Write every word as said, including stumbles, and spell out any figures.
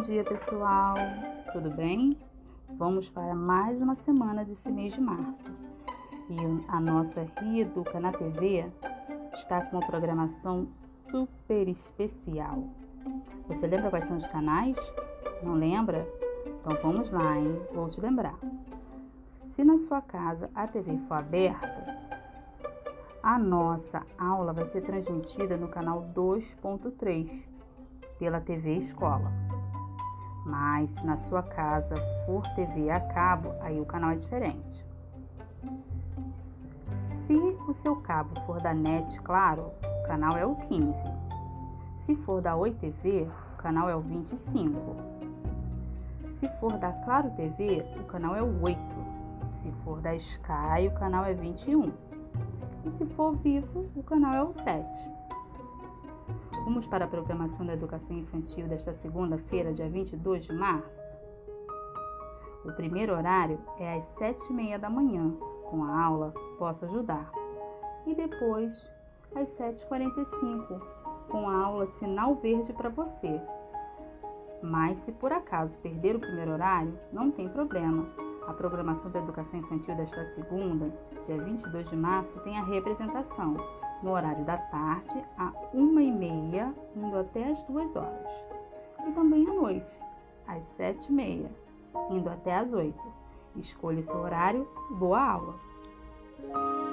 dia, pessoal! Tudo bem? Vamos para mais uma semana desse mês de março. E a nossa Rieduca na T V está com uma programação super especial. Você lembra quais são os canais? Não lembra? Então vamos lá, hein? Vou te lembrar. Se na sua casa a T V for aberta, a nossa aula vai ser transmitida no canal dois ponto três, pela T V Escola. Mas se na sua casa for T V a cabo, aí o canal é diferente. Se o seu cabo for da NET, claro, o canal é o quinze. Se for da Oi T V, o canal é o vinte e cinco. Se for da Claro T V, o canal é o oito. Se for da Sky, o canal é vinte e um. E se for Vivo, o canal é o sete. Vamos para a programação da educação infantil desta segunda-feira, dia vinte e dois de março? O primeiro horário é às sete e meia da manhã, com a aula Posso Ajudar. E depois, às sete e quarenta e cinco, com a aula Sinal Verde para você. Mas se por acaso perder o primeiro horário, não tem problema. A programação da educação infantil desta segunda, dia vinte e dois de março, tem a representação no horário da tarde, a uma e meia, indo até as duas horas. E também à noite, às sete e meia, indo até as oito. Escolha o seu horário e boa aula!